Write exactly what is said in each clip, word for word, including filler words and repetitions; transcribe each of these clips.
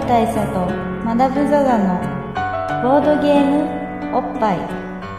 大佐とマダム・ザ・ザのボードゲームおっぱい。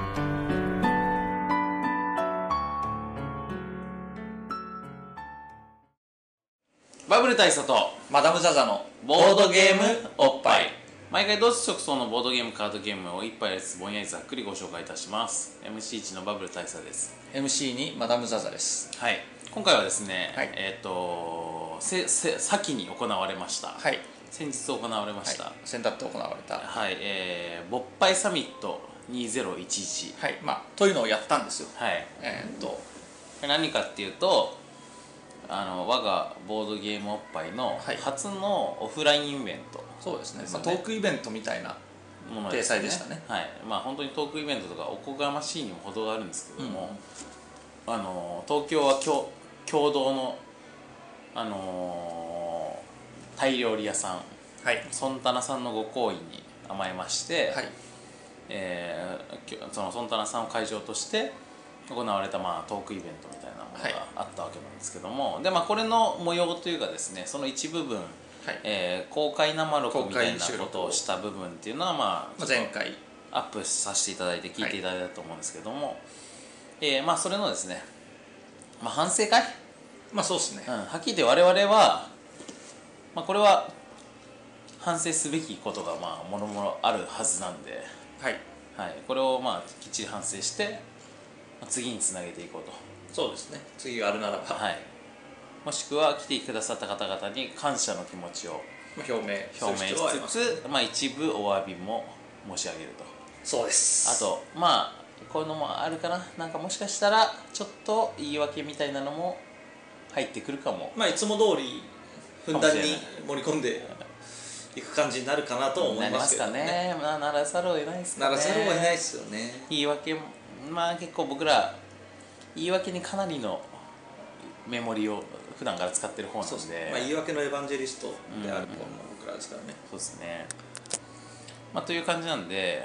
バブル大佐とマダム・ザ・ザのボードゲームおっぱい。毎回同時直送のボードゲームカードゲームを一杯ずつぼんやりざっくりご紹介いたします。 エムシーいち のバブル大佐です。 エムシーにマダム・ザ・ザです。 はい、今回はですね、 はい、 えっ、ー、とせせ先に行われました、 はい、 先日行われました、はい、 先だって行われた、 はい、えー、勃発サミットにせんじゅういち、 はい、まあというのをやったんですよ。 はい、 えー、っと何かっていうと、あの我がボードゲームおっぱいの初のオフラインイベント、はい、 そうですね、まあ、トークイベントみたいな体裁でしたね。 はい、まあ本当にトークイベントとかおこがましいにも程があるんですけども、うん、あの東京は共共同の、あのー、タイ料理屋さん、はい、ソンタナさんのご好意に甘えまして、はい、えー、そのソンタナさんを会場として行われた、まあ、トークイベントみたいなものがあったわけなんですけども、はい、で、まあ、これの模様というかですね、その一部分、はい、えー、公開生録みたいなことをした部分っていうのは、まあ、 前回アップさせていただいて聞いていただいたと思うんですけども、はい、えー、まあ、それのですね、まあ、反省会、 まあそうですね、 うん、はっきり言って我々は、まあ、これは反省すべきことがまあもろもろあるはずなんで、はいはい、これをまあきっちり反省して次につなげていこうと。 そうですね、次があるならば、 はい、もしくは来てくださった方々に感謝の気持ちを表明表明しつつ、まあ、一部お詫びも申し上げると。 そうです。 あとまあこういうのもあるかな、なんかもしかしたらちょっと言い訳みたいなのも入ってくるかも。 まあいつも通りふんだんに盛り込んでいく感じになるかなと思いますけどね。 なりますかね。まあ、ならざるを得ないですかね。 ならざるを得ないですよね。 言い訳もまあ結構僕ら言い訳にかなりのメモリを普段から使ってる方なんで、 そうですね、まあ、言い訳のエヴァンジェリストである方の僕らですからね。 そうですね、まあ、という感じなんで、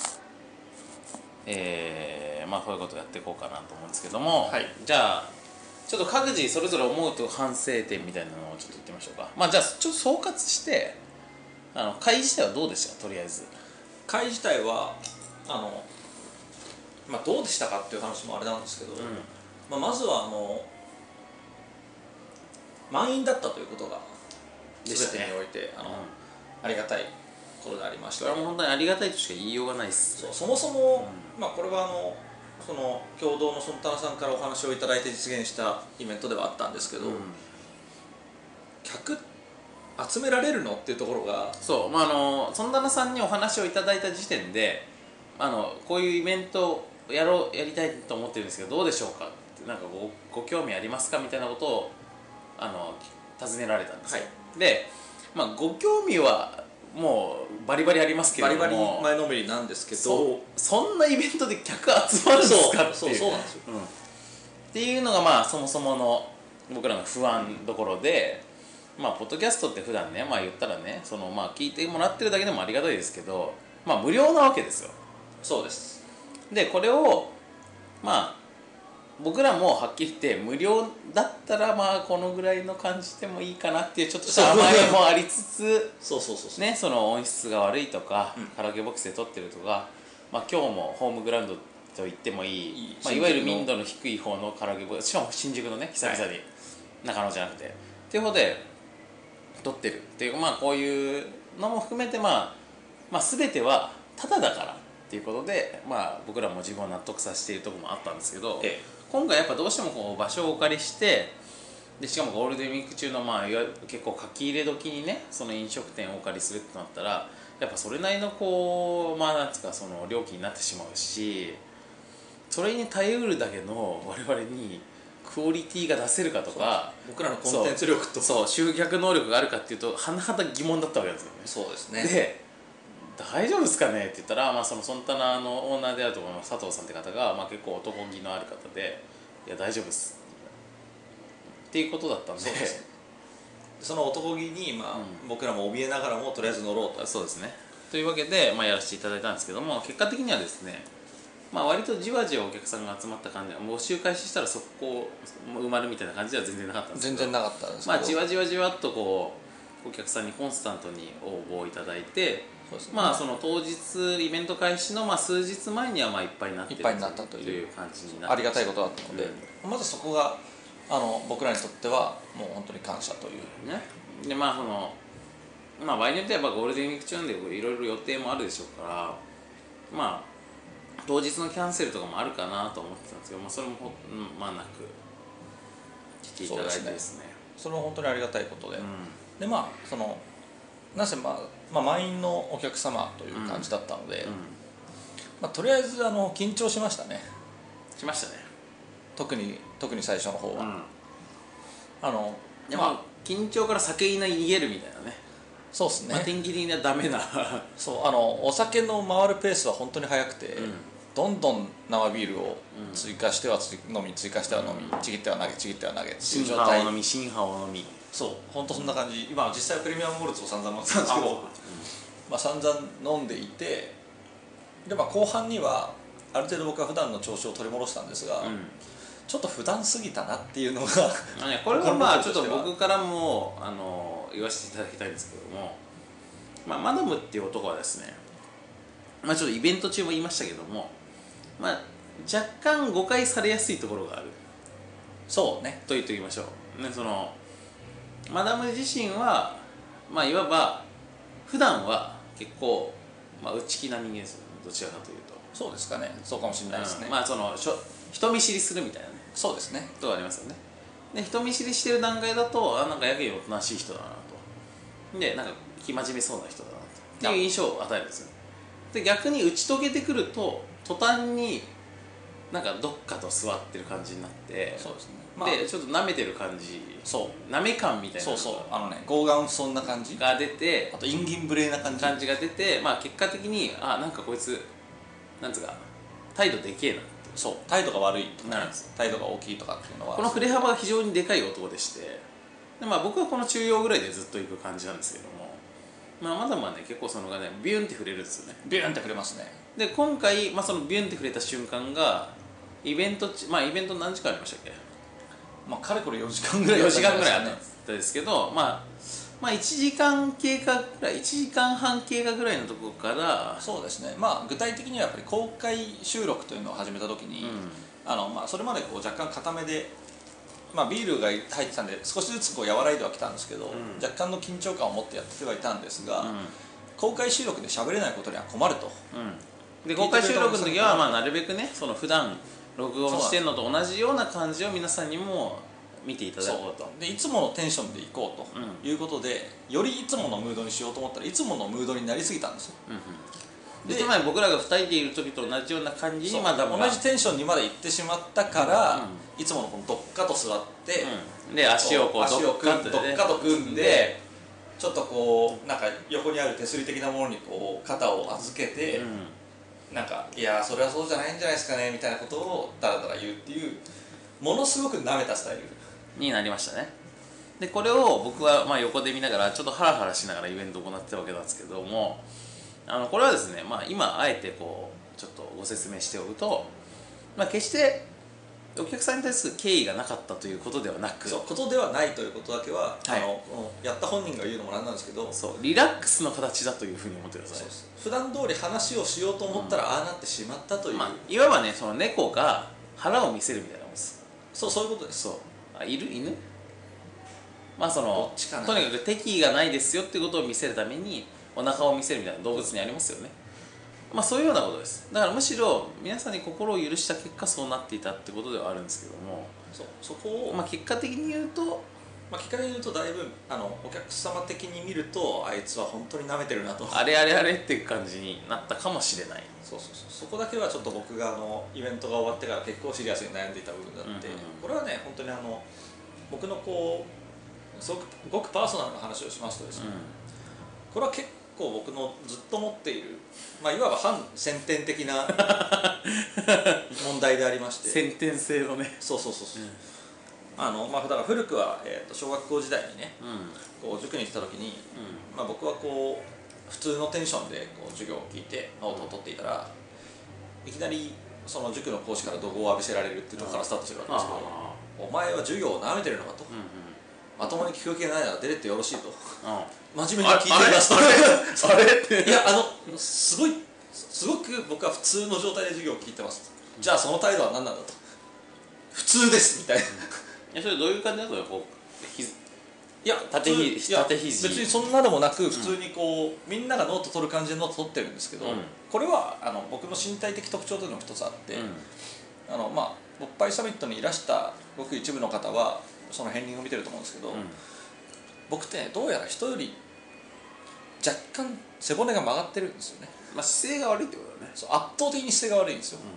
えー、まあこういうことをやっていこうかなと思うんですけども、はい、じゃあちょっと各自それぞれ思うと反省点みたいなのをちょっと言ってみましょうか。まあじゃあちょっと総括してあの会自体はどうでしたか。とりあえず会自体はあの、まあ、どうでしたかっていう話もあれなんですけど、うん、まあ、まずはあの満員だったということが全てにおいて、ね、あの、うん、ありがたいことでありました。 これはもう本当にありがたいとしか言いようがないです。 そう、そもそも、うん、まあこれはあのその共同のソンタナさんからお話をいただいて実現したイベントではあったんですけど、うん、客集められるのっていうところが、 そう、まあ、あのソンタナさんにお話をいただいた時点であのこういうイベントをやろうやりたいと思ってるんですけどどうでしょうかってなんか ご, ご興味ありますかみたいなことをあの尋ねられたんですよ、はい、で、まあ、ご興味はもうバリバリありますけれどもバリバリ前のめりなんですけどそ, そんなイベントで客集まるんですかっていうそうそうなんですよ、 うん、っていうのがまあそもそもの僕らの不安どころで、まあポッドキャストって普段ね、まあ言ったらねそのまあ聞いてもらってるだけでもありがたいですけど、まあ無料なわけですよ。 そうです。 でこれをまあ僕らもはっきり言って無料だったらまあこのぐらいの感じでもいいかなっていうちょっとした甘えもありつつそうそうそうそうね、その音質が悪いとか、うん、カラオケボックスで撮ってるとか、まあ、今日もホームグラウンドと言ってもいい、いい、まあ、いわゆる民度の低い方のカラオケボックス、しかも新宿のね久々に、はい、中野じゃなくてっていう方で撮ってるっていう、まあこういうのも含めて、まあ、まあ全てはタダだからっていうことで、まあ、僕らも自分を納得させているところもあったんですけど、ええ、今回やっぱどうしてもこう場所をお借りしてでしかもゴールデンウィーク中の、まあ、いわゆる結構書き入れ時にねその飲食店をお借りするってなったらやっぱそれなりのこうまあなんつうかその料金になってしまうしそれに耐えうるだけの我々にクオリティが出せるかとか僕らのコンテンツ力とそう集客能力があるかっていうと甚だ疑問だったわけですよね。 そうですね。 で大丈夫ですかねって言ったら、まあ、そのソンタナのオーナーであると思います佐藤さんって方が、まあ、結構男気のある方でいや大丈夫ですっていうことだったんで、そうです、 その男気に、まあうん、僕らも怯えながらもとりあえず乗ろうと。 そうですね。というわけで、まあ、やらせていただいたんですけども結果的にはですね、まあ、割とじわじわお客さんが集まった感じで募集開始したら速攻埋まるみたいな感じでは全然なかったんですけど全然なかったんですけど、 まあ、じわじわじわっとこお客さんにコンスタントに応募をいただいて、 そうですね、 まあその当日イベント開始のまあ数日前にはまあいっぱいになってるいっぱいになったというという感じになってありがたいことだったので、まずそこがあの僕らにとってはもう本当に感謝というね。でまあそのまあ場合によってはやっぱゴールデンウィーク中なんでいろいろ予定もあるでしょうから、まあ当日のキャンセルとかもあるかなと思ってたんですけど、まあ、それもほ、うん、まあなく来ていただいてですね、 それは本当にありがたいことで、 うん、 でまあそのなぜ、まあ、まあ満員のお客様という感じだったので、 うん、 まあ、とりあえずあの緊張しましたね。 しましたね。 特に特に最初の方は、 うん、 あのでまあも緊張から酒に逃げるみたいなね。 そうですね、 まあ、典型的にはダメなそうあのお酒の回るペースは本当に速くて、 うん、 どんどん生ビールを追加してはつ飲み追加しては飲み、ちぎっては投げちぎっては投げっていう新状態。 派を飲み新派を飲み、 そう本当そんな感じ。今実際はプレミアムモルツを散々飲んでたんですけど、まあ、散々飲んでいて、で、まあ、後半にはある程度僕は普段の調子を取り戻したんですが、 うん、 ちょっと普段すぎたなっていうのがあのね、これはまあちょっと僕からもあの言わせていただきたいんですけども、まあ、マダムっていう男はですね、まあ、ちょっとイベント中も言いましたけども、まあ、若干誤解されやすいところがあるそうねと言っておきましょう、ね、そのマダム自身は、まあ、いわば普段は結構、まあ、内気な人間ですよね、どちらかというと。 そうですかね、そうかもしれないですね、 うん、まあそのしょ人見知りするみたいなねそうですね、 とこありますよね。で人見知りしてる段階だと、あなんかやけにおとなしい人だなと、でなんか生真面目そうな人だなとっていう印象を与えるんですよ。で逆に打ち解けてくると途端になんかどっかと座ってる感じになって、 そうですね、まあ、 でちょっと舐めてる感じ、 そう舐め感みたいなそうのそうあのね傲顔そんな感じが出て、 あと陰銀無礼な感じ感じが出て、まあ結果的にあなんかこいつなんつうか態度でけえな、 そう態度が悪いとか、ねなるんですよ、 態度が大きいとかっていうのはこの振れ幅が非常にでかい男でして、で、まあ、僕はこの中央ぐらいでずっと行く感じなんですけども、まあ、まだまだね結構そのがねビュンって触れるんですよね。 ビューンって触れますね。 で今回、まあ、そのビュンって触れた瞬間がイベントち、まあイベント何時間ありましたっけ。 まあかれこれよじかんぐらいよじかんぐらいあねったんですけど、まあ、まあいちじかん経過ぐらいいちじかんはん経過ぐらいのところから、 そうですね、まあ具体的にはやっぱり公開収録というのを始めた時に、 うん、 あのまあそれまでこう若干固めで、まあ、ビールが入ってたんで少しずつこう和らいではきたんですけど、 うん、 若干の緊張感を持ってやってはいたんですが、 うん、 公開収録で喋れないことには困ると、 うん、で公開収録の時はまあなるべくねその普段録音してるのと同じような感じを皆さんにも見ていただこうと。 でいつものテンションでいこうということで、うん、よりいつものムードにしようと思ったらいつものムードになりすぎたんですよ、うんうんでつまり僕らがふたりでいる時と同じような感じにまだ同じテンションにまで行ってしまったから、うん、いつものこのどっかと座って、 うん、で足をこう足を組んで、どっかと組んでちょっとこうなんか横にある手すり的なものにこう肩を預けて、うん、なんかいやそれはそうじゃないんじゃないですかねみたいなことをだらだら言うっていうものすごく舐めたスタイルになりましたね。でこれを僕はまあ横で見ながらちょっとハラハラしながらイベントを行ってたわけなんですけども、あのこれはですね、まあ、今あえてこうちょっとご説明しておくと、まあ、決してお客さんに対する敬意がなかったということではなく、 そうことではないということだけは、 はい、 あのやった本人が言うのもなんなんですけど、 そうリラックスの形だというふうに思ってください。 普段通り話をしようと思ったら、うん、ああなってしまったという、 まあ、いわばねその猫が腹を見せるみたいなもんです。 そうそういうことです。 そうあいる犬まあそのとにかく敵意がないですよっていうことを見せるためにお腹を見せるみたいな動物にありますよね。まあそういうようなことです。だからむしろ皆さんに心を許した結果そうなっていたってことではあるんですけども、 そうそこを、 まあ、結果的に言うと、 まあ、結果的に言うとだいぶあのお客様的に見るとあいつは本当に舐めてるなとあれあれあれっていう感じになったかもしれない。 そうそうそうそこだけはちょっと僕があのイベントが終わってから結構シリアスに悩んでいた部分があって、うんうん、これはね本当にあの僕のこうすごくごくパーソナルな話をしますとですね、うん、これは結構僕のずっと持っている、まあ、いわば反先天的な問題でありまして先天性のねそうそうそうそう、うん、あのまあ、だから古くは、えー、と小学校時代にね、うん、こう塾に来た時に、うんまあ、僕はこう普通のテンションでこう授業を聞いてノートを取っていたらいきなりその塾の講師から怒号を浴びせられるっていうところからスタートしてるわけですけど、お前は授業をなめてるのかと、うんうん、 まともに聞く気がないなら出れてよろしいとうん真面目に聞いてみますとあれあれっていやあのすごいすごく僕は普通の状態で授業を聞いてます、うん、じゃあその態度は何なんだと普通ですみたいな、うん、いやそれどういう感じだとこうひいや縦ひ縦肘別にそんなでもなく普通にこう、うん、みんながノート取る感じでノート取ってるんですけど、うん、これはあの僕の身体的特徴というのも一つあって、うん、あのまあ勃発サミットにいらしたごく一部の方はその片鱗を見てると思うんですけど、うん、僕ってどうやら人より若干背骨が曲がってるんですよね。 まあ姿勢が悪いってことだね。 そう圧倒的に姿勢が悪いんですよ、うん、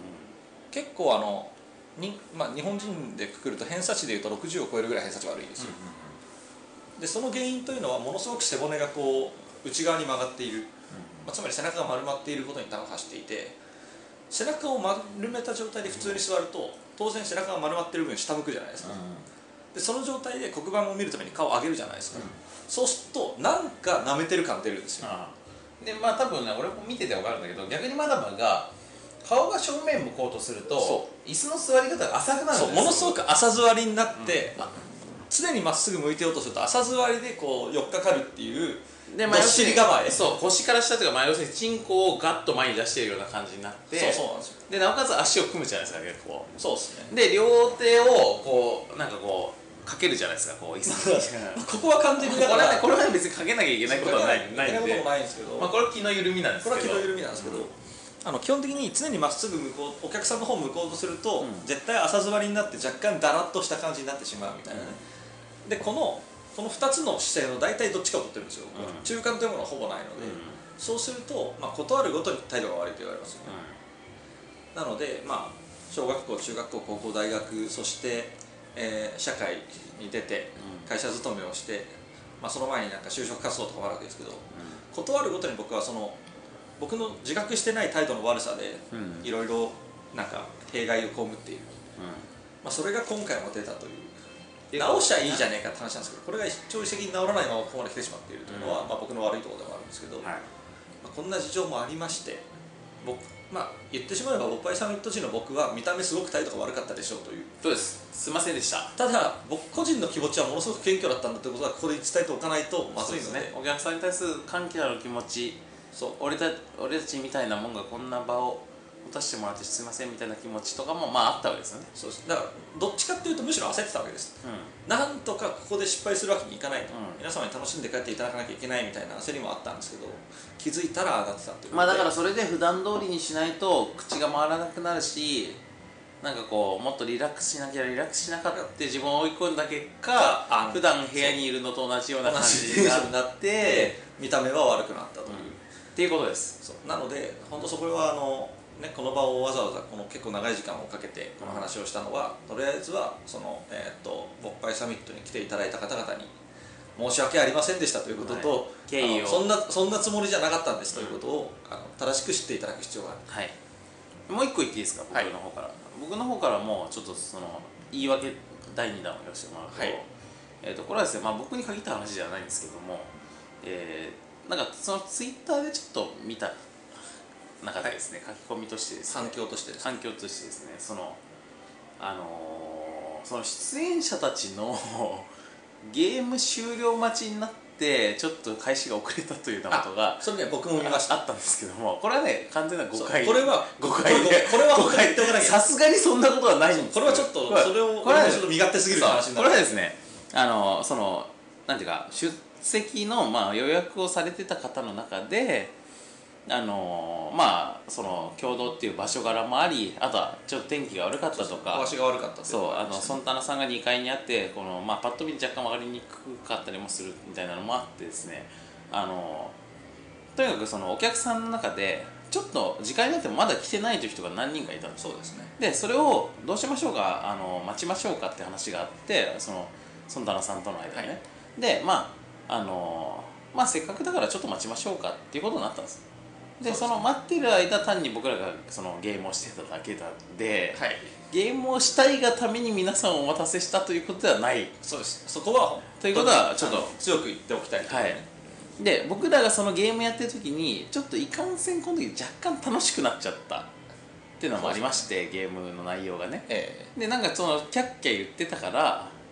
結構あのに、まあ、日本人でくくると偏差値でいうとろくじゅうを超えるぐらい偏差値悪いんですよ、うんうん、でその原因というのはものすごく背骨がこう内側に曲がっている、うんまあ、つまり背中が丸まっていることに端を発していて、背中を丸めた状態で普通に座ると当然背中が丸まっている分下向くじゃないですか、うん、でその状態で黒板を見るために顔を上げるじゃないですか、うん、そうするとなんか舐めてる感出るんですよ。 ああでまあ多分ね俺も見てて分かるんだけど、逆にマダムが顔が正面向こうとすると椅子の座り方が浅くなるんですよ。 そうものすごく朝座りになって、うん、常にまっすぐ向いてようとすると朝座りでこう寄っかかるっていうでどっしり構え、 そう腰から下というか、まあ、要するにチンコをガッと前に出しているような感じになって、 そうそうなんですよ。 でなおかつ足を組むじゃないですか結構。 そうですね。 で両手をこうなんかこうかけるじゃないですかこう椅子にここは完全にだからこれはね別にかけなきゃいけないことはないないんで、 ないんですけど、 まあこれは気の緩みなんですけど、 これは気の緩みなんですけど、あの基本的に常にまっすぐ向こうお客さんの方向こうとすると、うん、絶対朝座りになって若干だらっとした感じになってしまうみたいなね、うん、でこのこのふたつの姿勢の大体どっちかを取ってるんですよ、うん、中間というものはほぼないので、うん、そうすると、まあ、断るごとに態度が悪いと言われますよね、うん、なので、まあ、小学校中学校高校大学そして、えー、社会に出て会社勤めをして、まあ、その前になんか就職活動とかもあるわけですけど、うん、断るごとに僕はその僕の自覚してない態度の悪さでいろいろなんか弊害を被っている、うんまあ、それが今回も出たという。直しゃいいじゃねえかって話なんですけど、これが長期的に治らないままここまで来てしまっているというのは、うんまあ、僕の悪いところでもあるんですけど、はいまあ、こんな事情もありまして僕、まあ、言ってしまえば勃発サミット時の僕は見た目すごく態度が悪かったでしょうという。 そうです、すいませんでした。 ただ僕個人の気持ちはものすごく謙虚だったんだということはここで伝えておかないとまずいの で, で、ね、 お客さんに対する歓喜なる気持ち、そう俺た俺たちみたいなもんがこんな場を持たせてもらってすいませんみたいな気持ちとかもまああったわけですよね。 そうです。だからどっちかっていうとむしろ焦ってたわけです、うん、なんとかここで失敗するわけにいかないと、うん、皆様に楽しんで帰っていただかなきゃいけないみたいな焦りもあったんですけど、気づいたら上がってたっていうことで、 まあだからそれで普段通りにしないと口が回らなくなるし、なんかこうもっとリラックスしなきゃリラックスしなかったって自分を追い込んだ結果、普段部屋にいるのと同じような感じになって見た目は悪くなったという、うん、 っていうことです。 そうなので本当そこはあのね、この場をわざわざこの結構長い時間をかけてこの話をしたのは、とりあえずはその、えー、と勃発サミットに来ていただいた方々に申し訳ありませんでしたということと、はい、 敬意をそんなそんなつもりじゃなかったんですということを、うん、あの正しく知っていただく必要がある、 はい、もう一個言っていいですか、僕の方から、はい、僕の方からもちょっとその言い訳だいにだんを言わせてもらうと、はいえー、とこれはですね、まあ、僕に限った話じゃないんですけども、えー、なんかそのツイッターでちょっと見た中でですね、書き込みとしてですね、 反響としてですね、反響としてですね、そのあのー、その出演者たちのゲーム終了待ちになってちょっと開始が遅れたというようなことがそれね僕も見ましたあ, あったんですけども、これはね完全な誤解、 これは誤解で、 これは誤解っておかなきゃ、 さすがにそんなことはないんですけど、 これはちょっとそれをこれはちょっと身勝手すぎる話になる。 これはですね、あのそのなんていうか出席のまあ予約をされてた方の中で。あのまあその共同っていう場所柄もあり、あとはちょっと天気が悪かったとか、 場所が悪かったそうあのソンタナさんがにかいにあってこの、まあ、パッと見若干分かりにくかったりもするみたいなのもあってですね、あのとにかくそのお客さんの中でちょっと時間になってもまだ来てないという人が何人かいたんです。 そうですね。 でそれをどうしましょうか、あの待ちましょうかって話があって、そのソンタナさんとの間でね、はい、でまああのまあせっかくだからちょっと待ちましょうかっていうことになったんです。でその待ってる間単に僕らがそのゲームをしてただけなんで、はい、ゲームをしたいがために皆さんをお待たせしたということではない。 そうです。そこはということはちょっと強く言っておきたいと、ね、 はい。で僕らがそのゲームやってる時にちょっといかんせんこの時若干楽しくなっちゃったっていうのもありまして、ゲームの内容がね、ええ、でなんかそのキャッキャ言ってたから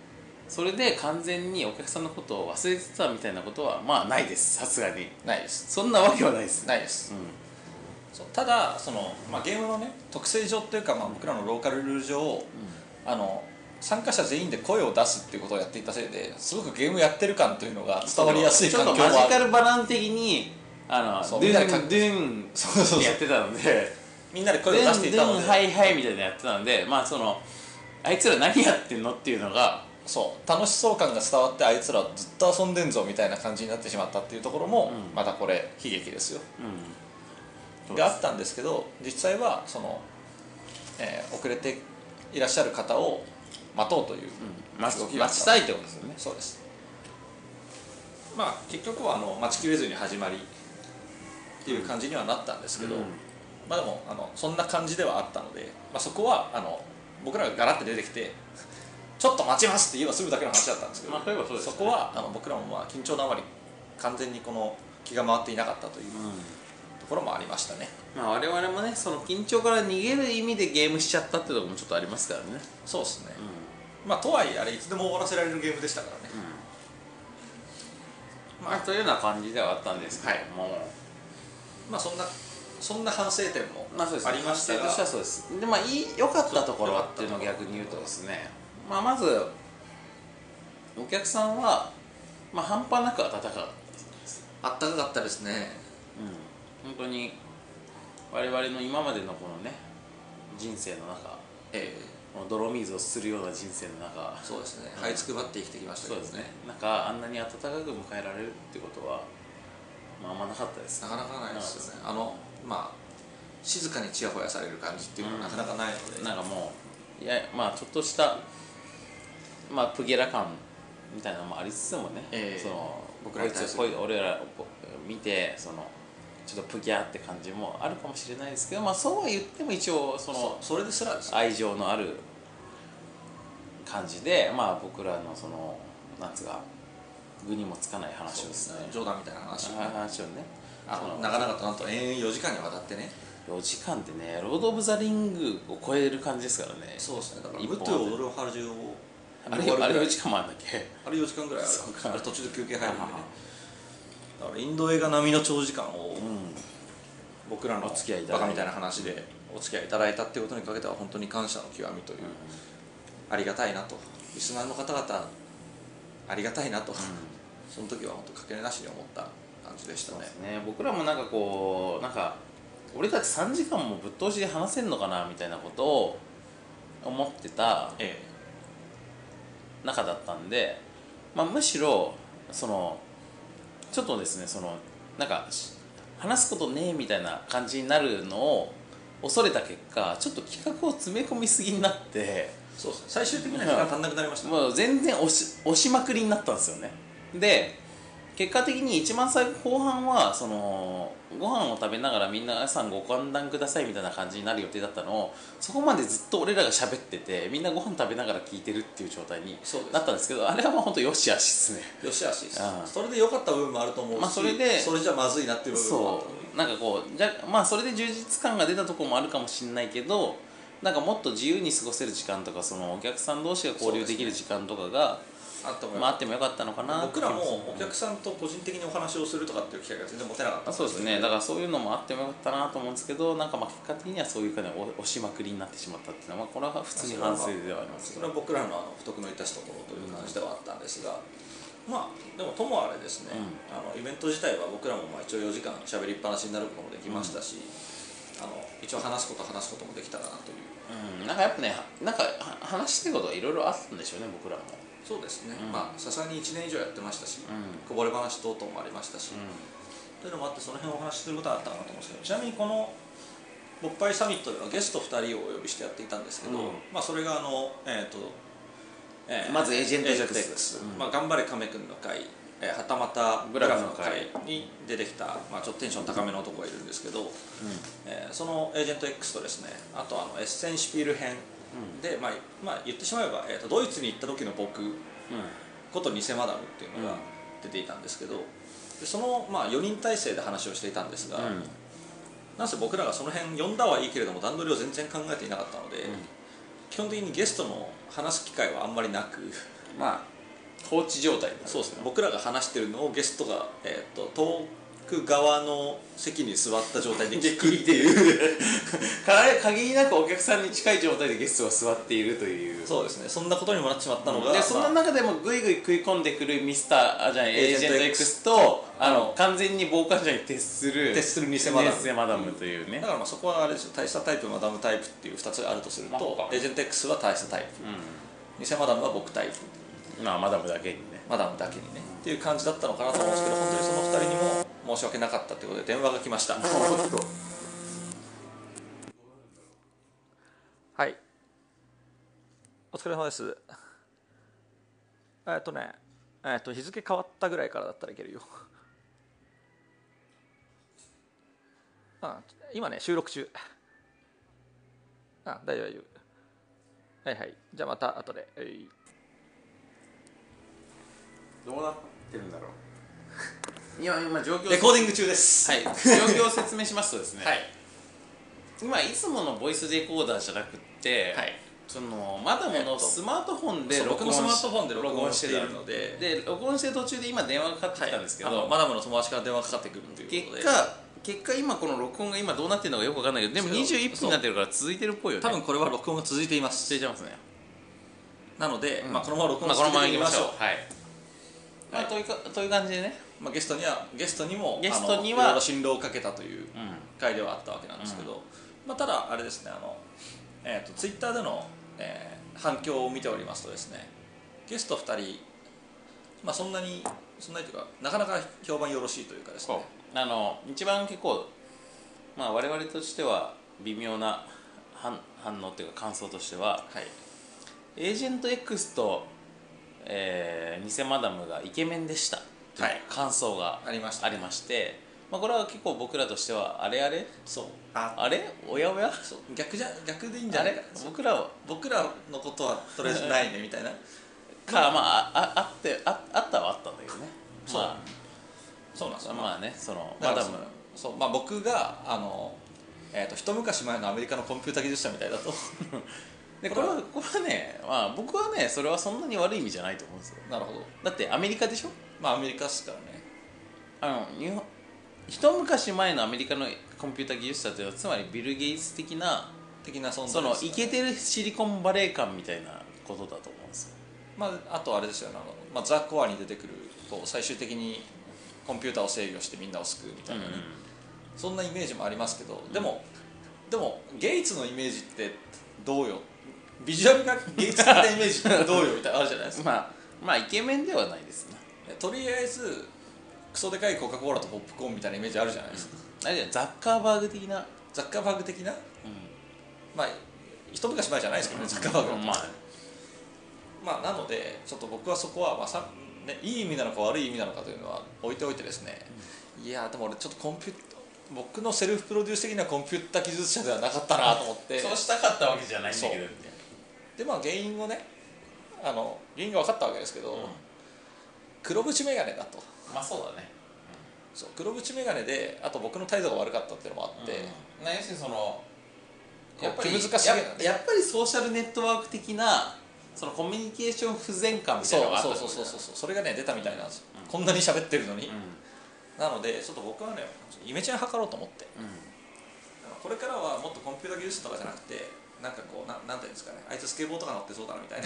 それで完全にお客さんのことを忘れてたみたいなことはまあないです、さすがにないです。 そんなわけはないです。 ないです、 うん、 そうただその、まあ、ゲームのね特性上っていうか、まあ、僕らのローカルルール上、うん、あの参加者全員で声を出すっていうことをやっていたせいですごくゲームやってる感というのが伝わりやすい環境ちょっとマジカルバナン的にあのドゥンドゥンそうそうそうやってたのでみんなで声を出していたのでドゥンドゥンはいはいみたいなのやってたので、まあそのあいつら何やってんのっていうのがそう楽しそう感が伝わって、あいつらずっと遊んでんぞみたいな感じになってしまったっていうところも、うん、またこれ悲劇ですよ、うん、があったんですけど、実際はその、えー、遅れていらっしゃる方を待とうという動きがあった、待ちたいってことですよね。 そうです。まあ結局はあの待ちきれずに始まりっていう感じにはなったんですけど、うん、まあでもあのそんな感じではあったので、まあ、そこはあの僕らがガラッて出てきてちょっと待ちますって言えば済むだけの話だったんですけど、まあ、そういえばそうですね、そこはあの僕らもまあ緊張のあまり完全にこの気が回っていなかったという、うん、ところもありましたね。 まあ、我々もねその緊張から逃げる意味でゲームしちゃったっていうところもちょっとありますからね。 そうですね、うん、まあとはいえあれいつでも終わらせられるゲームでしたからね、 うん、まあというような感じではあったんですけども、はい、 まあそんなそんな反省点もありましたが、 反省としてはそうです。でまあ良かったところっていうのを逆に言うとですね、まあ、まずお客さんは、まあ、半端なく温かかったです。 あったかかったですね、 うん、本当に我々の今までのこのね人生の中、えー、この泥水をするような人生の中、 そうですね、這いつくばって生きてきましたけどね。 そうですね、なんかあんなに温かく迎えられるってことは、まあ、あんまなかったです。 なかなかないですよね。あのまあ静かにちやほやされる感じっていうのはなかなかないので、 うん、なんかもういやまあちょっとしたまあプゲラ感みたいなのもありつつもね、えー、その僕らに対する俺らを見てそのちょっとプギャーって感じもあるかもしれないですけど、まあそうは言っても一応そのそれですらです愛情のある感じで、まあ僕らのそのなんつうか具にもつかない話をですね、 冗談みたいな話をね、 話をねあの長々となんと延々よじかんにわたってね、 よじかんってねロード・オブ・ザ・リングを超える感じですからね。 そうですね、だからムット踊るハルジュをあれあれよじかんもあるんだっけ。 あれよじかんぐらいある。あれ途中で休憩入るんでね。だからインド映画並みの長時間を、うん、僕らのバカみたいな話でお付き合いいただいたっていうことにかけては本当に感謝の極みという、うん、ありがたいなと、リスナーの方々ありがたいなと、うん、その時は本当かけなしに思った感じでしたね。そうですね、 僕らもなんかこうなんか俺たちさんじかんもぶっ通しで話せんのかなみたいなことを思ってた中だったんで、まあ、むしろそのちょっとですねそのなんか話すことねえみたいな感じになるのを恐れた結果ちょっと企画を詰め込みすぎになって、 そうですね、最終的には時間足んなくなりました、ね、 もう全然押し、押しまくりになったんですよね。で結果的に一番最後後半はそのご飯を食べながらみんな皆さんご歓談くださいみたいな感じになる予定だったのを、そこまでずっと俺らが喋っててみんなご飯食べながら聞いてるっていう状態になったんですけど、あれはまあ本当よしあしですね。 よしあしです、うん、それで良かった部分もあると思うし、まあ、それでそれじゃまずいなっていう部分もあったので、 そうなんかこうじゃまあそれで充実感が出たところもあるかもしれないけど、なんかもっと自由に過ごせる時間とかそのお客さん同士が交流できる時間とかがあっても、まあ、あってもよかったのかな。 僕らもお客さんと個人的にお話をするとかっていう機会が全然持てなかったんですけど、 そうですね、だからそういうのもあってもよかったなと思うんですけど、なんかまあ結果的にはそういうかね押しまくりになってしまったっていうのは、まあ、これは普通に反省ではありますけど、それは僕らのあの不徳の致すところという感じではあったんですが、うん、まあでもともあれですね、うん、あのイベント自体は僕らもまあ一応よじかんしゃべりっぱなしになることもできましたし、うん、あの一応話すこと話すこともできたかなという、 うん、なんかやっぱねなんか話したいことがいろいろあったんでしょうね僕らも。 そうですね、うん、まあさすがにいちねん以上やってましたし、うん、こぼれ話等々もありましたし、うん、というのもあってその辺をお話しすることはあったかなと思うんですけど、ちなみにこの勃発サミットではゲストふたりをお呼びしてやっていたんですけど、うん、まあそれがあの、えーとえー、まずエージェント X、うん、まあ、頑張れ亀くんの会、えー、はたまたブラフの会に出てきた、まあ、ちょっとテンション高めの男がいるんですけど、うん、えー、そのエージェント X とですね、あとあのエッセンシピール編で、まあまあ、言ってしまえば、えー、とドイツに行った時の僕、うん、こと偽マダムっていうのが出ていたんですけど、でその、まあ、よにん体制で話をしていたんですが、うん、なんせ僕らがその辺呼んだはいいけれども段取りを全然考えていなかったので、うん、基本的にゲストの話す機会はあんまりなく、 まあ放置状態になる。 そうですね、僕らが話してるのをゲストが、えー、と遠く側の席に座った状態で聞くっていう限りなくお客さんに近い状態でゲストが座っているという。 そうですね、そんなことにもなってしまったのが、 でそんな中でもぐいぐい食い込んでくるミスターあじゃあエージェント X とあの完全に傍観者に徹する徹する偽マダム偽マダムというね、 だからまあそこはあれですよ、大佐タイプマダムタイプっていうふたつがあるとすると、エージェント X は大佐タイプ、うん、偽マダムは僕タイプ、 まあマダムだけにねマダムだけにねっていう感じだったのかなと思うんですけど、本当にそのふたりにも申し訳なかったということで電話が来ましたはい、お疲れ様です。えっとねえっと日付変わったぐらいからだったらいけるよあ今ね収録中。あ大丈夫大丈夫。はいはい、じゃあまた後で、えい、 どうなってるんだろう今今状況レコーディング中です。 はい状況を説明しますとですね、 はい、 今いつものボイスレコーダーじゃなくって、はい、そのマダムのスマートフォンで録音し、 僕のスマートフォンで録音しているので、 で録音してる途中で今電話がかかってきたんですけど、 はい、マダムの友達から電話かかってくるということで、 結果結果今この録音が今どうなってるのかよくわかんないけど、でもにじゅういっぷんになってるから続いてるっぽいよね。 多分これは録音が続いています。 続いてますね。 なので、うん、まあこのまま録音を続けていきましょう。 はい。 まあというかという感じでね、 まあゲストにはゲストにもゲストにはいろいろ辛労をかけたという回ではあったわけなんですけど、うん、まあただあれですね、あのえっとツイッターでの、えー、反響を見ておりますとですね、ゲストふたりまあそんなにそんなにというかなかなか評判よろしいというかですね、 あの一番結構まあ我々としては微妙な反反応というか感想としては、はい、エージェント X と、えー、偽マダムがイケメンでしたという感想がありました、ね、ありまして、まあ、これは結構僕らとしてはあれあれそうあ, あれおやおやそう逆じゃ逆でいいんじゃないか、 僕らは僕らのことはとりあえずないねみたいなか、まあああってああったはあったんだけどね、 そう、 まあ、 そうなんですよ、 まあね、そのマダムそう、まあ、僕があの、えー、と一昔前のアメリカのコンピュータ技術者みたいだとでこれはこれはね、まあ、僕はねそれはそんなに悪い意味じゃないと思うんですよ。 なるほど。 だってアメリカでしょ。 まあアメリカっすからね。 あの日本一昔前のアメリカのコンピュータ技術者というのはつまりビル・ゲイツ的な的な存在です、 そのイケてるシリコンバレー感みたいなことだと思うんですよ。 まあ、あとあれですよね、あの、まあ、ザ・コアに出てくるこう最終的にコンピューターを制御してみんなを救うみたいな、ね、うん、そんなイメージもありますけど、でも、うん、でもゲイツのイメージってどうよ、ビジュアルがゲイツ的なイメージってどうよみたいなあるじゃないですか。 まあまあイケメンではないですね。 とりあえずクソでかいコカ・コーラとポップコーンみたいなイメージあるじゃないですか、 うん、あれじゃザッカーバーグ的なザッカーバーグ的な、うん、まあ一昔前じゃないですけどね、ザッカーバーグは、まあまあ、なのでちょっと僕はそこは、まあさね、いい意味なのか悪い意味なのかというのは置いておいてですね、うん、いやでも俺ちょっとコンピュー僕のセルフプロデュース的なコンピュータ技術者ではなかったなと思ってそうしたかったわけじゃないんだけどでまあ原因をねあの原因が分かったわけですけど、うん、黒縁眼鏡だと。 まあそうだね、 うん、そう黒縁眼鏡であと僕の態度が悪かったっていうのもあって、 うん、要するにそのやっぱり難しいや, やっぱりソーシャルネットワーク的なそのコミュニケーション不全感みたいなのがあった。 そうそうそうそうそれがね出たみたいなんですよ、うん、こんなに喋ってるのに、うん、なのでちょっと僕はねイメチェン図ろうと思って、うん、これからはもっとコンピュータ技術とかじゃなくてなんかこう な, なんていうんですかね、あいつスケボーとか乗ってそうだなみたいな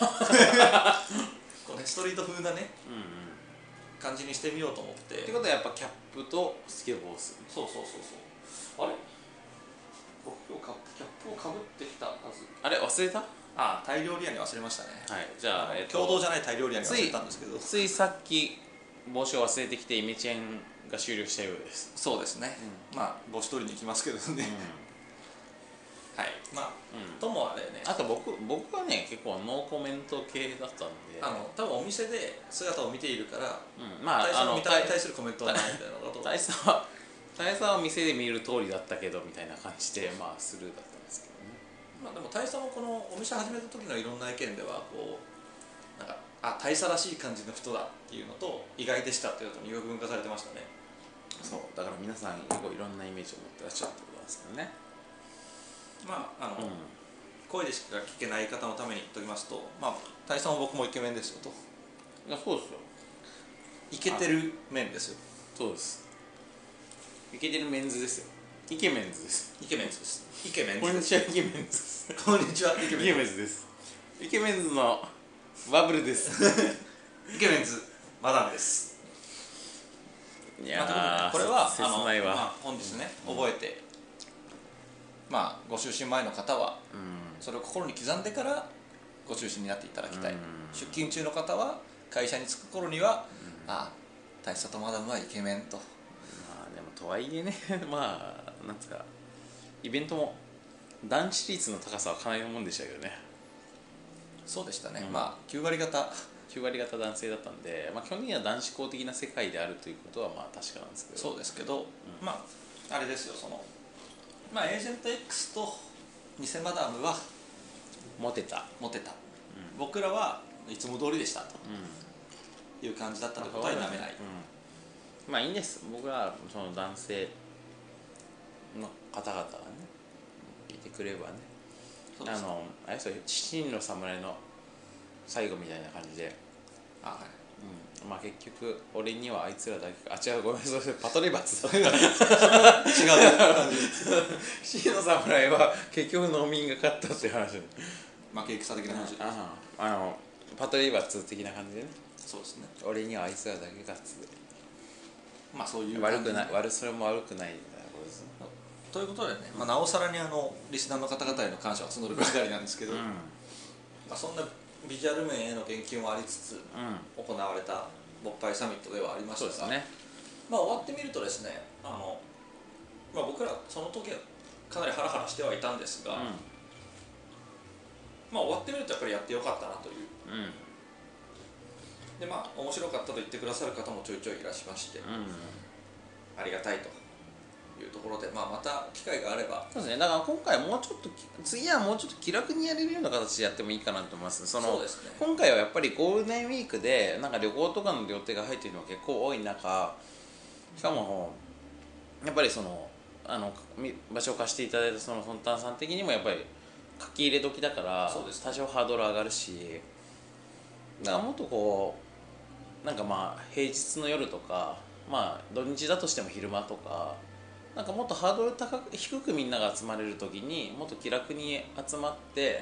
こう、ね、ストリート風なね、うんうん、感じにしてみようと思ってってことはやっぱキャップとスケボーする。 そうそうそうそう。あれ僕今日キャップをかぶってきたはず。 あれ忘れた？ ああタイ料理屋に忘れましたね。 はい、じゃあ、えっと、 共同じゃないタイ料理屋に忘れたんですけどついさっき帽子を忘れてきてイメチェンが終了したようです。 そうですね、うん、まあ帽子取りに行きますけどね、うん、はいまあ、うん、ともあれねあと僕僕はね結構ノーコメント系だったんであの多分お店で姿を見ているから、 うん、まあ大佐の見た目に対するコメントはないみたいなのだと大佐は大佐は店で見る通りだったけどみたいな感じでまあスルーだったんですけどね。 まあでも大佐もこのお店始めた時のいろんな意見ではこうなんかあ大佐らしい感じの人だっていうのと意外でしたっていうのと二極分化されてましたね。 そうだから皆さん結構いろんなイメージを持ってらっしゃるってことなんですけどね。 まああの、うん、声でしか聞けない方のために言っておきますと、まあ大佐も僕もイケメンですよと。 いやそうですよ。 イケてる面ですよ。 そうです。イケてるメンズですよ。イケメンズです。 イケメンズです。イケメンこんにズです。 ちはイケメンズです。 こんにちはイケイケメンズメンズです。イケメンズのバブルです。 イケメンズマダムです。 いやー、 まあ、ということでね、これは切ないわ。 あの、まあ、本日ね、覚えて、まあご就寝前の方はうんそれを心に刻んでからご就寝になっていただきたい。 うん出勤中の方は会社に着く頃には、ああ大佐とマダムはイケメンと。 まあでもとはいえねまあなんつうかイベントも男子率の高さはかなりのもんでしたけどね。 そうでしたね、 うんまあきゅう割方きゅう割方男性だったんで、まあ、基本的には男子校的な世界であるということはまあ確かなんですけど。 そうですけど、 うんまああれですよ、そのまあエージェント X と偽マダムはモテた。 モテた、 うん僕らはいつも通りでしたとうんいう感じだったということは否めない、 うん、まあいいんです。僕はその男性の方々がねいてくればね、 そうですあのあれですよ、七人の侍の最後みたいな感じで、 あ、はい、 うん、まあ結局俺にはあいつらだけか、あ違うごめん、それパトレバツだった違う感じ七人の侍は結局農民が勝ったっていう話で、 負け戦的な話、 あああのパトレバツ的な感じでね、 そうですね、 俺にはあいつらだけかっつって、 まあそういう悪感じくない悪それも悪くないみたいなことですね。 ということでね、まあ、なおさらにあのリスナーの方々への感謝を募るばかりなんですけど、 うんまあ、そんなビジュアル面への言及もありつつうん行われた勃発サミットではありましたが、 そうですね。 まあ、終わってみるとですね、あの、まあ、僕らその時はかなりハラハラしてはいたんですが、まあ、終わってみるとやっぱりやってよかったなという。 うんうんでまあ面白かったと言ってくださる方もちょいちょいいらっしゃいまして、 うんありがたいというところで、まあ、また機会があれば、 そうですね。だから今回もうちょっとき次はもうちょっと気楽にやれるような形でやってもいいかなと思います。そのそうですね、 今回はやっぱりゴールデンウィークでなんか旅行とかの予定が入っているのが結構多い中、しかもやっぱりそのあのみ場所を貸していただいたそのフォンタンさん的にもやっぱり書き入れ時だからそうですね多少ハードル上がるし、だからもっとこうなんかまあ平日の夜とか、まあ土日だとしても昼間とか、なんかもっとハードル高く低くみんなが集まれる時にもっと気楽に集まって、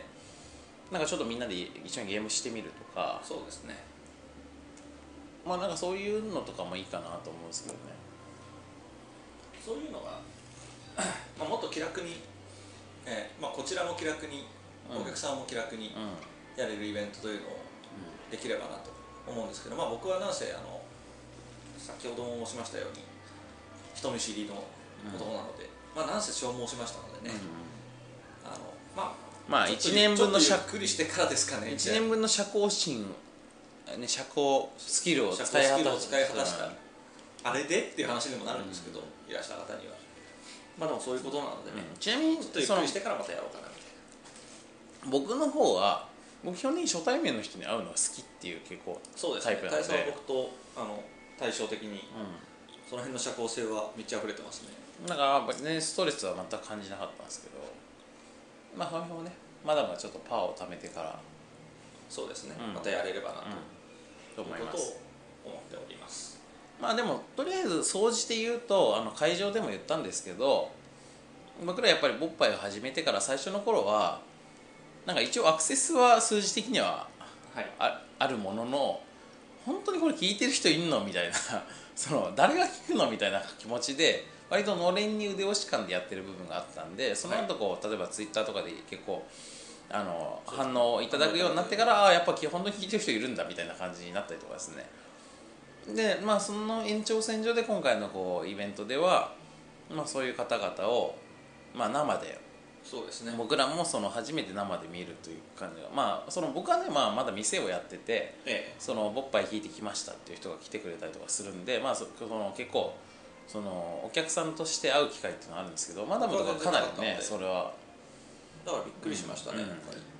なんかちょっとみんなで一緒にゲームしてみるとか、 そうですね、 まあなんかそういうのとかもいいかなと思うんですけどね。 そういうのがまあもっと気楽に、えーまあ、こちらも気楽に、 うんお客さんも気楽にうんやれるイベントというのをできればなと思うんですけど、まあ、僕はなんせあの先ほども申しましたように人見知りの男なので、まあなんせ消耗しましたのでね、あのまあまあちょっといちねんぶんのちょ社っとゆっくりしてからですかね。 いちねんぶんの社交心、ね、社交スキルを使い社交スキルを果た使い果たしたあれでっていう話にもなるんですけど、いらっしゃる方にはまあでもそういうことなのでね、 うんちなみにちょっとゆっそのくりしてからまたやろうかなみたい僕の方は僕基本的に初対面の人に会うのが好きっていう結構な。そうですね、 タイプなので、 大佐は僕とあの対照的にうその辺の社交性はめっちゃ溢れてますね。 ん、だから別にストレスは全く感じなかったんですけど、まあその辺をねマダムはちょっとパワーを貯めてからそうですね、 うんまたやれればなと、 と思いまいうことす。 を思っております。 まあでもとりあえず総じて言うと、あの会場でも言ったんですけど、僕らやっぱりボッパイを始めてから最初の頃はなんか一応アクセスは数字的にははいああるものの、本当にこれ聞いてる人いんのみたいなその誰が聞くのみたいな気持ちで割とのれんに腕押し感でやってる部分があったんで、その後こう例えばツイッターとかで結構あの反応をいただくようになってから、ああやっぱ本当に聞いてる人いるんだみたいな感じになったりとかですね。でまあその延長線上で今回のこうイベントでは、まあ、そういう方々を、まあ、生でそうですね、 僕らもその初めて生で見るという感じが、まあその僕はね、まあ、まだ店をやってて、 ええ、 そのボッパイ弾いてきましたっていう人が来てくれたりとかするんで、まあ、そその結構そのお客さんとして会う機会っていうのはあるんですけど、マダムとかかなりねそれはだからびっくりしましたね、 うんやっぱり。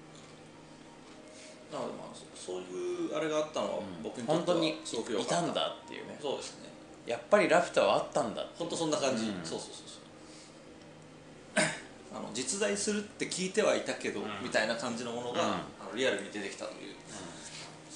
なのでまあそそういうあれがあったのは僕にとっては本当にすごく良かった。 いたんだっていうね、 そうですね、 やっぱりラフターはあったんだっていう本当そんな感じ、 うんそうそうそうそうあの実在するって聞いてはいたけど、 うんみたいな感じのものが、 うんあのリアルに出てきたという、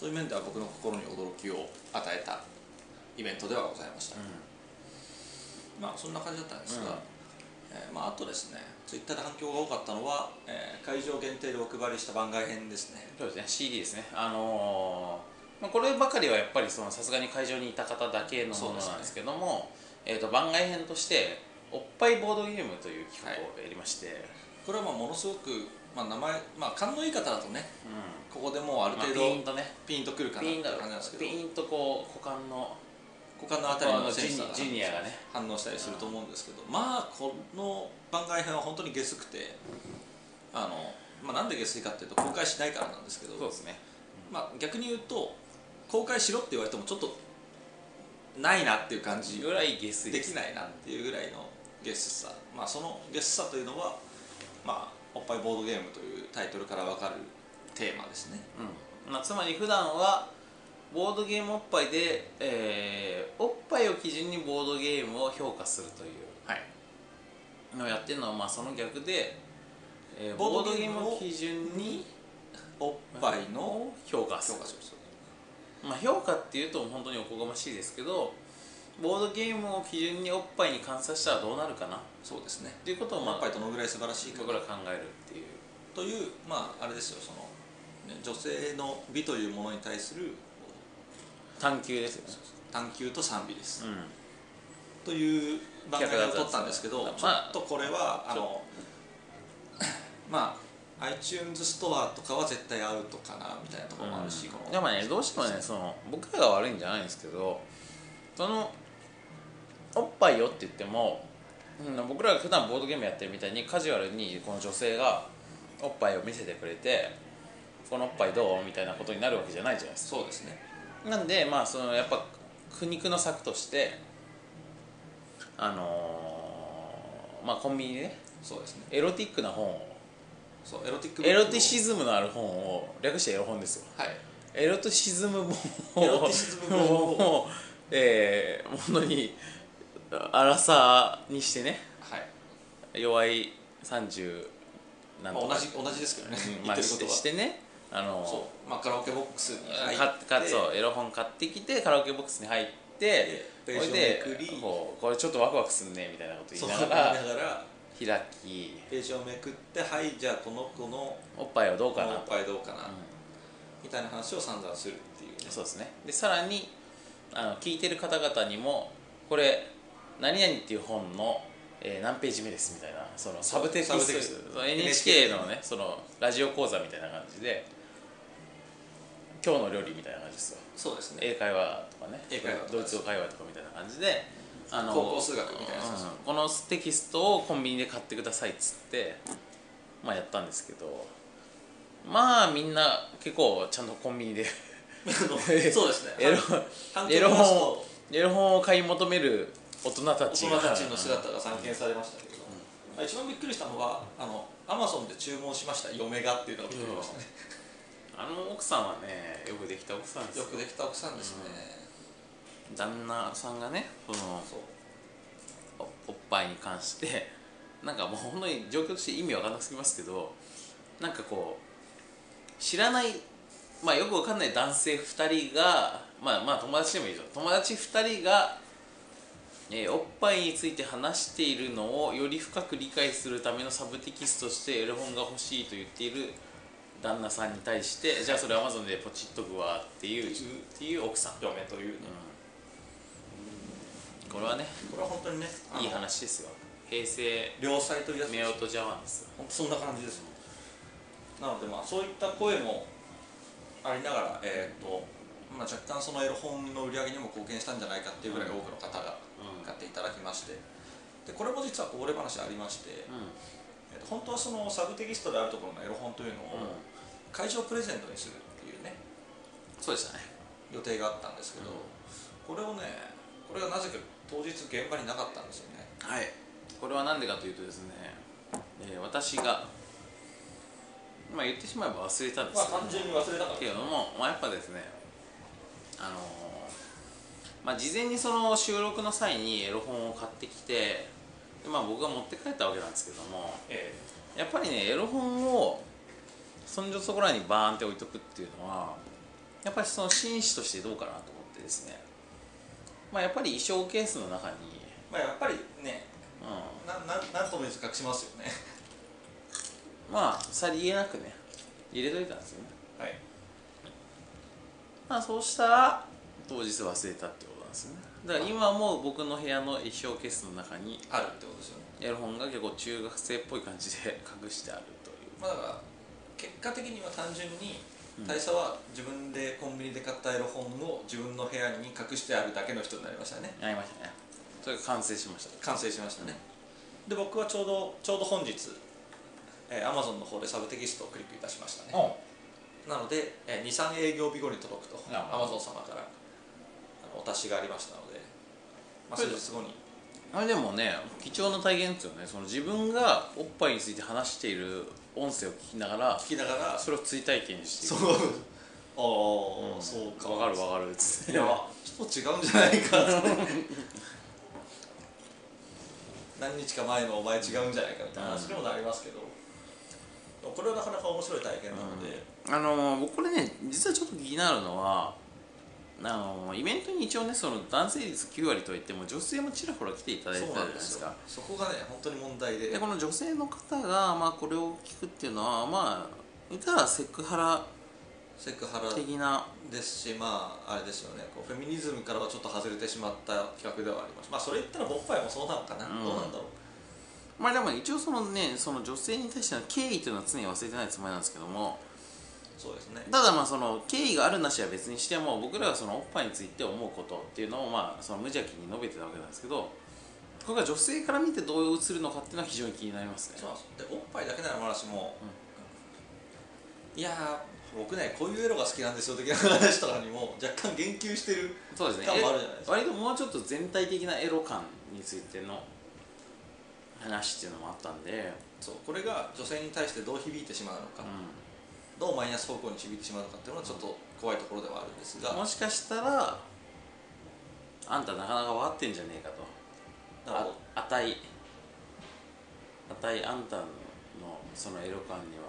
そういう面では僕の心に驚きを与えたイベントではございました、まあそんな感じだったんですが、えーまあ、あとですね、ツイッターで反響が多かったのは、えー会場限定でお配りした番外編ですね。 そうですね、 シーディー ですね。あのーまあ、こればかりはやっぱりさすがに会場にいた方だけのものなんですけども、えー、と番外編としておっぱいボードゲームという企画をやりまして、 これはまあものすごく、まあ、名前、まあ勘のいい方だとね、 うここでもうあるんまあ、 程度ピーンとねピンとくるかなっていうピーンと感じなんですけど、 ピーンとこう股間の股間のあたりのジセンサーがュニジュニアがね反応したりすると思うんですけど、まあこの番外編は本当に下水くて、あの、まあ、なんで下水かっていうと公開しないからなんですけど、 そうですね、 まあ、逆に言うと公開しろって言われてもちょっとないなっていう感じ、 ぐらい下水できないなっていうぐらいのゲスさ、まあ、そのゲスさというのは、まあ、おっぱいボードゲームというタイトルから分かるテーマですね。 うんまあ、つまり普段はボードゲームおっぱいで、えーおっぱいを基準にボードゲームを評価するというはいのをやってるのはまあその逆で、えーボボードードゲームをゲームを基準におっぱいの評価する評価するまあ、評価っていうと本当におこがましいですけど、ボードゲームを基準におっぱいに換算したらどうなるかなっそうですね。 ていうことを、まあ、 おっぱいどのぐらい素晴らしいか僕ら考えるっていう。 という、まああれですよ、その、ね、女性の美というものに対する探求ですよね。 探求と賛美です、 うんという番組を撮ったんですけど、 まあちょっとこれはあのまあ iTunes ストアとかは絶対アウトかなみたいなところもあるし、このでもね、どうしてもね、その僕らが悪いんじゃないんですけど、そのおっぱいよって言っても、うん、僕らが普段ボードゲームやってるみたいにカジュアルにこの女性がおっぱいを見せてくれて、このおっぱいどうみたいなことになるわけじゃないじゃないですか。 そうですね。 なんで、まあ、そのやっぱ苦肉の策としてあのー、まあコンビニでね、 そうですね。 エロティックな本をそうエロティックエロティシズズムのある本を略してエロ本ですよ。 はいエロティシズム本エロティシズム本をえー、ものに荒さにしてね、 はい弱いさんじゅうなんまあ、 とか同じ同じですけどね、 うんまあ、して言ってることはしてね、あのそう、まあ、カラオケボックスに入かってかそうエロ本買ってきてカラオケボックスに入ってページをそれでめくりこうこれちょっとワクワクすんねみたいなことそう言いながら言いながら開きページをめくってはいじゃあこの子のおっぱいはどうおっかなと、 ぱいどうかな、 うみたいな話を散々するっていうねん、そうですね。でさらにあの聞いてる方々にもこれ何々っていう本の、えー何ページ目ですみたいなそのサブテキサブテスキスト エヌエイチケー のねそのラジオ講座みたいな感じで今日の料理みたいな感じですよ。 そうですね英会話とかね英会話とかドイツ語会話とかみたいな感じであの高校数学みたいなやつですようんこのテキストをコンビニで買ってくださいっつってまあやったんですけど、まあみんな結構ちゃんとコンビニでそうですねエロ反エロ響見ますと本をエロ本を買い求める大人たちが大人たちの姿が散見されましたけど、うん、一番びっくりしたのはあのアマゾンで注文しました嫁がっていうのがびっくりしましたね、 あの奥さんはねよくできた奥さんですよ。 よくできた奥さんですね、 旦那さんがねそのそうおおっぱいに関してなんかもう本当に状況として意味わかんなすぎますけど、なんかこう知らないまあよくわかんない男性ふたりがまあまあ友達でもいいですよ、友達ふたりが、えーおっぱいについて話しているのをより深く理解するためのサブテキストとしてエロ本が欲しいと言っている旦那さんに対してじゃあそれアマゾンでポチっとくわっていうっていう奥さん、 嫁というね、 これはねこれは本当にねいい話ですよ。平成良妻というやつ夫婦茶碗ですよ。 本当そんな感じですなのでまあそういった声もありながら、えーとまあ、若干そのエロ本の売り上げにも貢献したんじゃないかっていうぐらい多くの方が買っていただきまして、でこれも実はこぼれ話ありまして、 うんえーと本当はそのサブテキストであるところのエロ本というのを会場プレゼントにするっていうねそうでしたね。 予定があったんですけど、これをねこれがなぜか当日現場になかったんですよね。 はい、これは何でかというとですね、えー私がまあ言ってしまえば忘れたんですけど、 まあ単純に忘れたからけれども、まあ、やっぱですねあのーまあ事前にその収録の際にエロ本を買ってきてで、まあ、僕が持って帰ったわけなんですけども、 えやっぱりねエロ本をそんじょそこらにバーンって置いとくっていうのはやっぱりその紳士としてどうかなと思ってですね、まあやっぱり衣装ケースの中に、 まあやっぱりね、 うん、 なななんとも言うと隠しますよね。 まあさりげなくね入れといたんですよね。 はい。 まあそうしたら当日忘れたってことなんですよね。だから今も僕の部屋の衣装ケースの中にあるってことですよね。 エロ本が結構中学生っぽい感じで隠してあるという。 まあだから結果的には単純に大佐は自分でコンビニで買ったエロ本を自分の部屋に隠してあるだけの人になりましたね。 やりましたね。それが完成しました。 完成しましたね。で僕はちょうどちょうど本日、えー、Amazon の方でサブテキストをクリックいたしましたね。なので、えー、にさん営業日後に届くと Amazon 様からあのお達しがありましたので、まあ、数日後に。 あれでもね貴重な体験ですよね。その自分がおっぱいについて話している音声を聞きながら聞きながらそれを追体験していく。 そうああ、うん、そうか分かる分かるっつっていやちょっと違うんじゃないかって何日か前のお前違うんじゃないかみたいな話にもなりますけど、これはなかなか面白い体験なので、 うん、あの僕これね実はちょっと気になるのはあのイベントに一応ねその男性率きゅう割といっても女性もちらほら来ていただいてたじゃないですか。 そこがね本当に問題で、 でこの女性の方が、まあ、これを聞くっていうのはまあ言ったらセクハラセクハラ的なですし、まああれですよね、こうフェミニズムからはちょっと外れてしまった企画ではあります。まあそれ言ったらボッパイもそうなのかな、うん、どうなんだろう。 まあでも一応そのねその女性に対しての敬意というのは常に忘れてないつもりなんですけども、 そうですね。 ただまあその敬意があるなしは別にしても僕らがそのおっぱいについて思うことっていうのをまあその無邪気に述べてたわけなんですけど、これが女性から見てどう映るのかっていうのは非常に気になりますね。 そうなんです。でおっぱいだけなら話も、うん、いやー僕ねこういうエロが好きなんですよ的な話とかにも若干言及してるそうですね感もあるじゃないですか。 割ともうちょっと全体的なエロ感についての話っていうのもあったんで、 そうこれが女性に対してどう響いてしまうのか、うん、どうマイナス方向に響いてしまうのかっていうのはちょっと怖いところではあるんですが、 もしかしたらあんたなかなか分かってんじゃねえかと、ああたいあたいあんたのそのエロ感には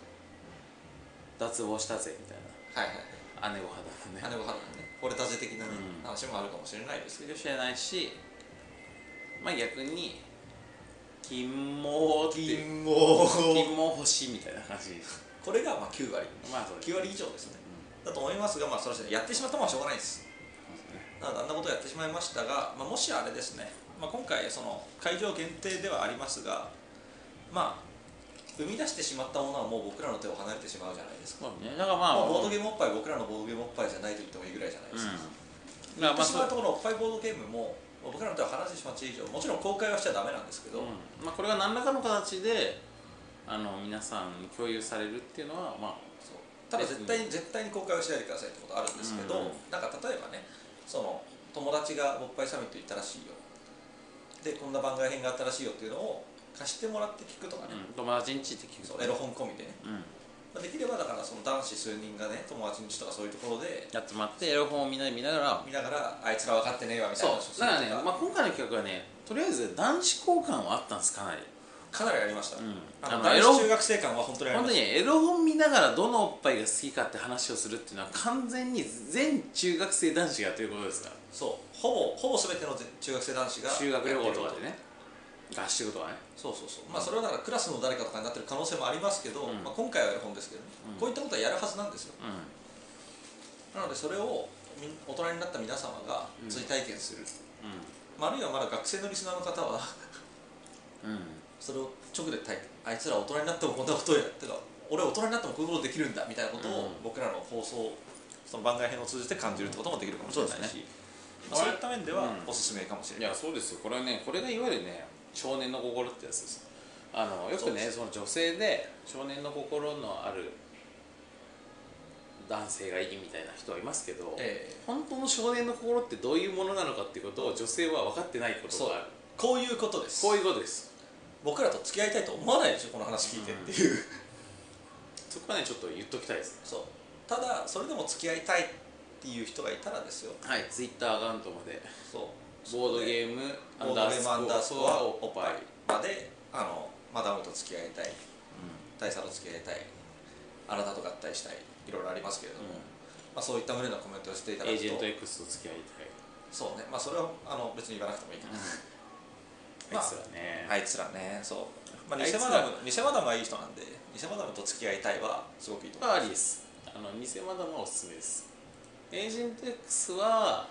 脱帽したぜみたいな、 はいはいはい、 姉御肌のね姉御肌のね惚れたぜ的な、ねうん、話もあるかもしれないですけど、 知らないし、まあ逆に金毛って金毛金毛欲しいみたいな感じこれがまあきゅう割、 まあそうですきゅう割以上ですね、うん、だと思いますが、まあそれやってしまったものはしょうがないです。なのであんなことをやってしまいましたが、まあ、もしあれですね、まあ、今回その会場限定ではありますが、まあ生み出してしまったものはもう僕らの手を離れてしまうじゃないですか。 そうね、だからまあボードゲームおっぱい僕らのボードゲームおっぱいじゃないと言ってもいいぐらいじゃないですか。 うん、 言ってしまうところのおっぱいボードゲームも僕らの手を離れてしまって以上、もちろん公開はしちゃダメなんですけど、 うんまあ、これが何らかの形であの皆さんに共有されるっていうのはまあそうただ絶対に絶対に公開をしないでくださいってことあるんですけど、うん、なんか例えばねその友達がボッパイサミット行ったらしいよでこんな番外編があったらしいよっていうのを貸してもらって聞くとかね、 うん、友達んちって聞く、 そうエロ本込みでね、 うんまあ、できればだからその男子数人がね友達んちとかそういうところで集まってエロ本をみんなで見ながら見ながらあいつら分かってねえわみたいなそうだからね、まあ、今回の企画はねとりあえず男子交換はあったんですかなりかなりありました、うん、あのあの男子中学生感は本当にありました。 本当にエロ本見ながらどのおっぱいが好きかって話をするっていうのは完全に全中学生男子がやってることですから。 そうほぼほぼ全ての中学生男子が修学旅行とかでね合宿とかねそうそうそうまあそれはだからクラスの誰かとかになってる可能性もありますけど、うんまあ、今回はエロ本ですけどね、うん、こういったことはやるはずなんですよ、うん、なのでそれを大人になった皆様が追体験する、うんまあ、あるいはまだ学生のリスナーの方はうんそれを直で体験あいつら大人になってもこんなことをやってた俺大人になってもこういうことできるんだみたいなことを僕らの放送その番外編を通じて感じるってこともできるかもしれないし、うんまあ、そういった面ではおすすめかもしれない、 うん、いやそうですよこれはねこれがいわゆるね少年の心ってやつですあのよくねその女性で少年の心のある男性がいいみたいな人はいますけど、ええ、本当の少年の心ってどういうものなのかっていうことを女性は分かってないことがある。 こういうことですこういうことです僕らと付き合いたいと思わないでしょこの話聞いてっていう、うん、 そこはねちょっと言っときたいですね。 そうただそれでも付き合いたいっていう人がいたらですよはいツイッターアカウントまでそうボードゲームアンダースコアおっぱいまであのマダムと付き合いたい、うん、大佐と付き合いたいあなたと合体したいいろいろありますけれども、うん、 まあ、そういった旨のコメントをしていただくと、 エージェント X と付き合いたい、 そうね、まあそれはあの別に言わなくてもいいかな、 あいつらね、 あいつらね、そう、まあ、偽あいつらマダム偽マダムはいい人なんで、偽マダムと付き合いたいはすごくいいと思います。 ありです。あの偽マダムはおすすめです。エージェント X は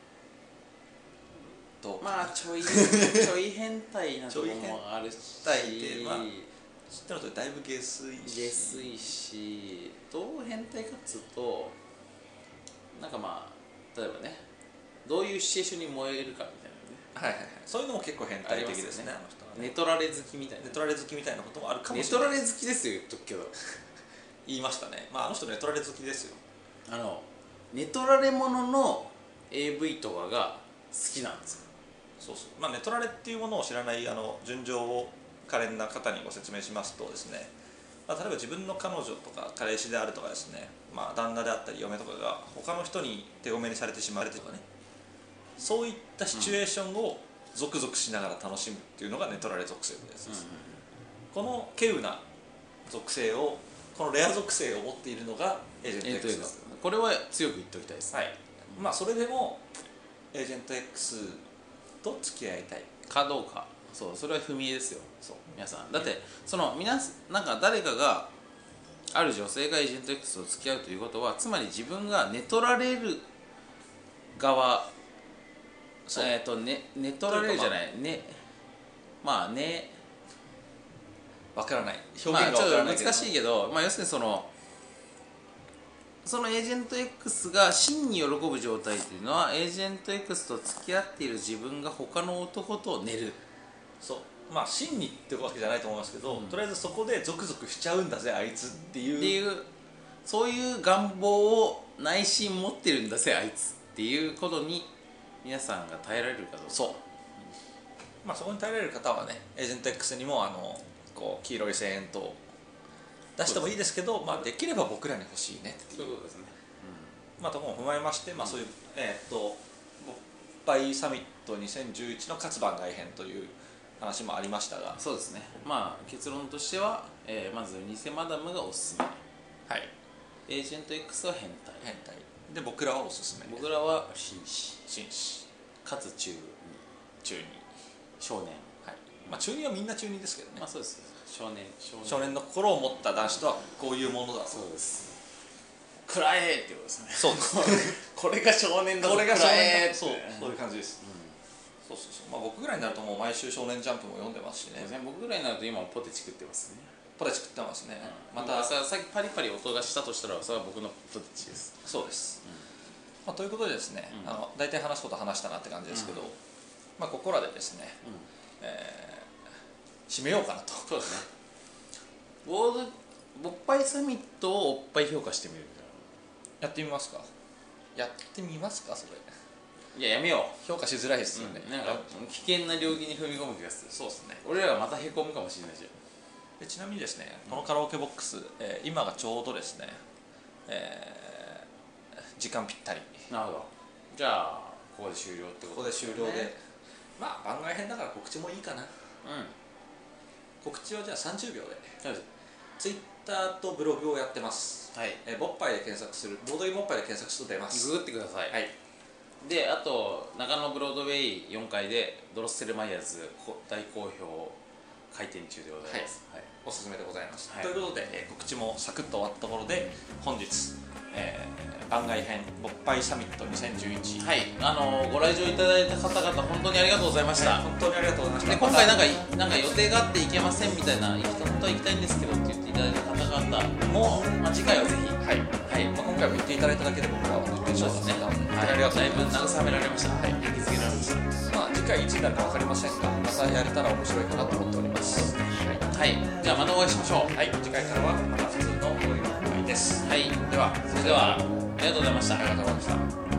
どうまあちょいちょい変態なところもあるし、 ちょい変態でまあ知ってるとだいぶ下水し下水し、どう変態かっつうと、なんかまあ例えばね、どういうシチュエーションに燃えるかみたいなね、 はいはいはい、そういうのも結構変態的ですね、あの人はね。 ネトラレ好きみたいな、 ネトラレ好きみたいなこともあるかもネしれない。 トラレ好きですよ、言っとくけど言いましたね。まああの人ネトラレ好きですよ。 あのネトラレものの エーブイ とかが好きなんですよ。 そうそう、まあ、ネトラレっていうものを知らないあの順序を可憐な方にご説明しますとですね、まあ、例えば自分の彼女とか彼氏であるとかですね、まあ、旦那であったり嫁とかが他の人に手ごめにされてしまわれてとかね、そういったシチュエーションをゾクゾクしながら楽しむっていうのがネトラレ属性です、うんうん、この稀有な属性を、このレア属性を持っているのがエージェント X です。 これは強く言っておきたいです、 はい、まあそれでもエージェント X と付き合いたいかどうか、そう、それは踏み絵ですよ。そう、皆さんだってその皆なんか誰かがある女性がエージェント X と付き合うということは、つまり自分が寝取られる側、えっとね、寝取られるじゃないね、まあね、 わからない、表まあ現がわからないけど、 ちょっと難しいけど、まあ要するにそのそのエージェント X が真に喜ぶ状態というのは、エージェント X と付き合っている自分が他の男と寝る、 そう、まあ真にってわけじゃないと思いますけど、うん、とりあえずそこでゾクゾクしちゃうんだぜあいつっていうっていうそういう願望を内心持ってるんだぜあいつっていうことに皆さんが耐えられるかどうか。 そう、うん、まあそこに耐えられる方はね、エージェント X にもあのこう黄色い声援と出してもいいですけど、まあ、できれば僕らに欲しいねっていう、 そういうことですね、 うん、まあところも踏まえまして、まあ、そういう、えー、っと勃発サミットにせんじゅういちの活番外編という話もありましたが、 そうですね、まあ結論としては、えー、まず偽マダムがおすすめ、 はい、 エージェント X は変態変態で、僕らはおすすめ、 僕らは紳士紳士かつ中二中二少年、 はい、まあ中二はみんな中二ですけどね、 まあそうです、少年少年少年の心を持った男子とはこういうものだと。 そうです、食らえってことですね。 そうですこれが少年だぞ、 これが少年だ、 そう、 そういう感じです、うん、そうそうそう、まあ僕ぐらいになるともう毎週少年ジャンプも読んでますしね。 僕ぐらいになると今もポテチ食ってますね。 ポテチ食ってますね、 うん、またさ、さっきパリパリ音がしたとしたらそれは僕のポテチです。 そうです、うん、まあ、ということでですね、うん、あの大体話すこと話したなって感じですけど、うん、まあここらでですね、うん、えー、締めようかなと。 そうですね、ボード勃発サミットをおっぱい評価してみるみたいな、 やってみますか。やってみますかそれ。 いや、やめよう、 評価しづらいですよね、 うん、なんか危険な領域に踏み込む気がする。 そうですね、 俺らがまたへこむかもしれないじゃん。 でちなみにですね、このカラオケボックス、えー、今がちょうどですね、えー、時間ぴったり。 なるほど、じゃあここで終了ってことですね。ここで終了で、まあ番外編だから告知もいいかな。うん、告知はじゃあさんじゅうびょうで。 そうです。 ツイッターとブログをやってます。 はい。 えー、ボッパイで検索する、ボードゲームボッパイで検索すると出ます。 ググってください。 はい。 で、あと中野ブロードウェイよんかいでドロッセルマイヤーズ大好評開店中でございます。はい。はい、おすすめでございます。 はい、 ということで、えー、告知もサクッと終わったところで、本日、えー、番外編ボッパイサミットにせんじゅういち、 はい、あのー、ご来場いただいた方々本当にありがとうございました。 はい、本当にありがとうございました。 で、今回なんかなんか予定があって行けませんみたいな、行きた本当は行きたいんですけどって言っていただいた方々も、まあ、次回はぜひ、はい、はい、まあ、今回も言っていただいただけで僕は本当にそうですね。はい、ありがとうございます。だいぶ慰められました。はい、引き付けられました。まあ次回いつになるか分かりませんが、またやれたら面白いかなと思っております。はい、はい、じゃあまたお会いしましょう。はい、次回からはまた普通のボードゲーム会です。はい、ではそれではありがとうございました。ありがとうございました。